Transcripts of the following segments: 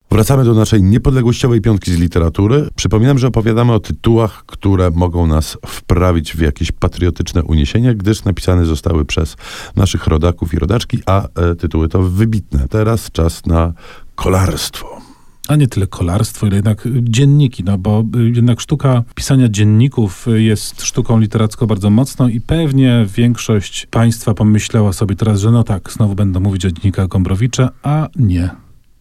Wracamy do naszej niepodległościowej piątki z literatury. Przypominam, że opowiadamy o tytułach, które mogą nas wprawić w jakieś patriotyczne uniesienie, gdyż napisane zostały przez naszych rodaków i rodaczki, a tytuły to wybitne. Teraz czas na kolarstwo. A nie tyle kolarstwo, ile jednak dzienniki, no bo jednak sztuka pisania dzienników jest sztuką literacką bardzo mocną i pewnie większość państwa pomyślała sobie teraz, że no tak, znowu będą mówić o dziennikach Gombrowicza, a nie.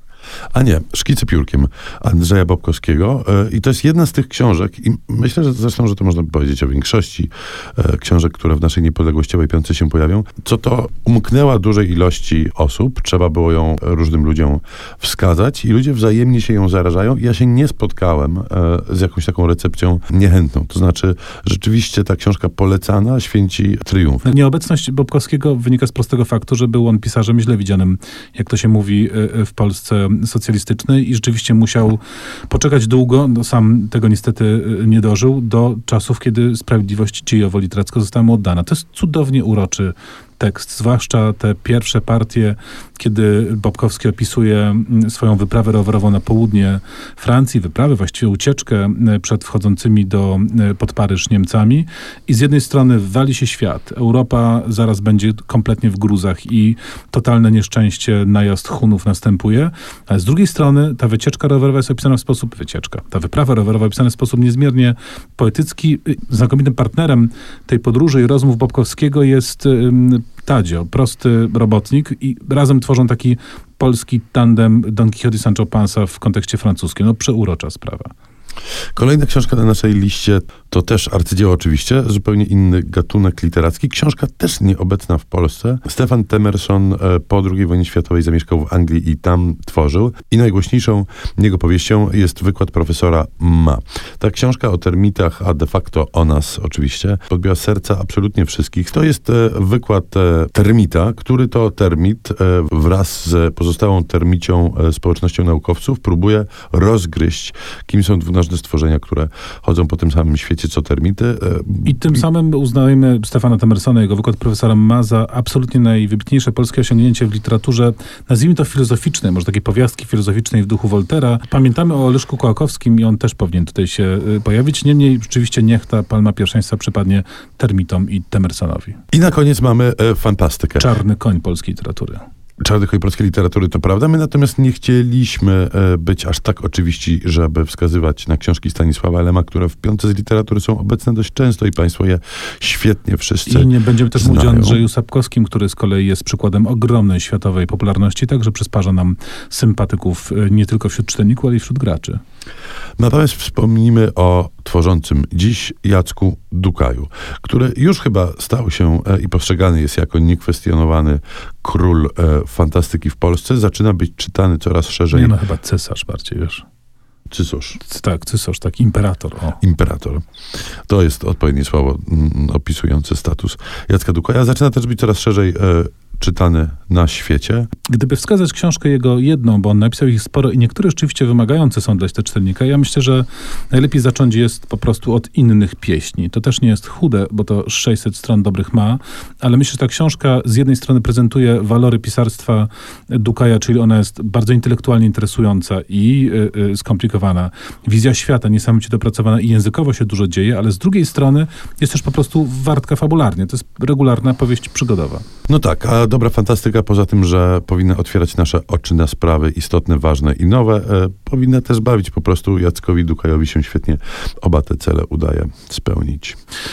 A nie, Szkice piórkiem Andrzeja Bobkowskiego. I to jest jedna z tych książek, i myślę, że zresztą, że to można powiedzieć o większości książek, które w naszej niepodległościowej piątce się pojawią, co to umknęła dużej ilości osób, trzeba było ją różnym ludziom wskazać i ludzie wzajemnie się ją zarażają. Ja się nie spotkałem z jakąś taką recepcją niechętną. To znaczy, rzeczywiście ta książka polecana święci triumf. Nieobecność Bobkowskiego wynika z prostego faktu, że był on pisarzem źle widzianym, jak to się mówi w Polsce socjalistycznej i rzeczywiście musiał poczekać długo, no sam tego niestety nie dożył, do czasów, kiedy sprawiedliwość dziejowo-literacka została mu oddana. To jest cudownie uroczy tekst, zwłaszcza te pierwsze partie, kiedy Bobkowski opisuje swoją wyprawę rowerową na południe Francji, wyprawę, właściwie ucieczkę przed wchodzącymi pod Paryż Niemcami i z jednej strony wali się świat, Europa zaraz będzie kompletnie w gruzach i totalne nieszczęście, najazd Hunów następuje, ale z drugiej strony ta wycieczka rowerowa jest opisana w sposób, ta wyprawa rowerowa opisana w sposób niezmiernie poetycki. Znakomitym partnerem tej podróży i rozmów Bobkowskiego jest Tadzio, prosty robotnik i razem tworzą taki polski tandem Don Quixote i Sancho Panza w kontekście francuskim. No przeurocza sprawa. Kolejna książka na naszej liście to też arcydzieło oczywiście, zupełnie inny gatunek literacki. Książka też nieobecna w Polsce. Stefan Temerson po II wojnie światowej zamieszkał w Anglii i tam tworzył. I najgłośniejszą jego powieścią jest wykład profesora Ma. Ta książka o termitach, a de facto o nas oczywiście, podbiła serca absolutnie wszystkich. To jest wykład termita, który to termit wraz z pozostałą termicią społecznością naukowców próbuje rozgryźć, kim są dwunożne stworzenia, które chodzą po tym samym świecie co termity. I tym samym uznajemy Stefana Temersona, jego wykład profesora Ma za absolutnie najwybitniejsze polskie osiągnięcie w literaturze, nazwijmy to filozoficznej, może takiej powiastki filozoficznej w duchu Woltera. Pamiętamy o Leszku Kołakowskim i on też powinien tutaj się pojawić. Niemniej rzeczywiście niech ta palma pierwszeństwa przypadnie termitom i Temersonowi. I na koniec mamy fantastykę. Czarny koń polskiej literatury. Czarny koń polskiej literatury, to prawda. My natomiast nie chcieliśmy być aż tak oczywiści, żeby wskazywać na książki Stanisława Lema, które w piątce z literatury są obecne dość często i państwo je świetnie wszyscy I nie będziemy też mówić o znają. Andrzeju Sapkowskim, który z kolei jest przykładem ogromnej światowej popularności, także przysparza nam sympatyków nie tylko wśród czytelników, ale i wśród graczy. Natomiast wspomnimy o tworzącym dziś Jacku Dukaju, który już chyba stał się i postrzegany jest jako niekwestionowany król fantastyki w Polsce. Zaczyna być czytany coraz szerzej. Nie no, chyba cesarz bardziej, wiesz. Cysarz. Tak, cesarz, tak, imperator. O. Imperator. To jest odpowiednie słowo opisujące status Jacka Dukaja. Zaczyna też być coraz szerzej czytany na świecie. Gdyby wskazać książkę jego jedną, bo on napisał ich sporo i niektóre rzeczywiście wymagające są dla czytelnika, ja myślę, że najlepiej zacząć jest po prostu od innych pieśni. To też nie jest chude, bo to 600 stron dobrych ma, ale myślę, że ta książka z jednej strony prezentuje walory pisarstwa Dukaja, czyli ona jest bardzo intelektualnie interesująca i skomplikowana. Wizja świata niesamowicie dopracowana i językowo się dużo dzieje, ale z drugiej strony jest też po prostu wartka fabularnie. To jest regularna powieść przygodowa. No tak, a dobra fantastyka, poza tym, że powinna otwierać nasze oczy na sprawy istotne, ważne i nowe, powinna też bawić. Po prostu Jackowi Dukajowi się świetnie oba te cele udaje spełnić.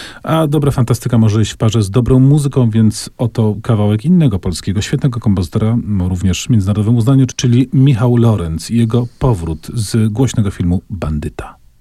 A dobra fantastyka może iść w parze z dobrą muzyką, więc oto kawałek innego polskiego, świetnego kompozytora, również w międzynarodowym uznaniu, czyli Michał Lorenz i jego powrót z głośnego filmu Bandyta.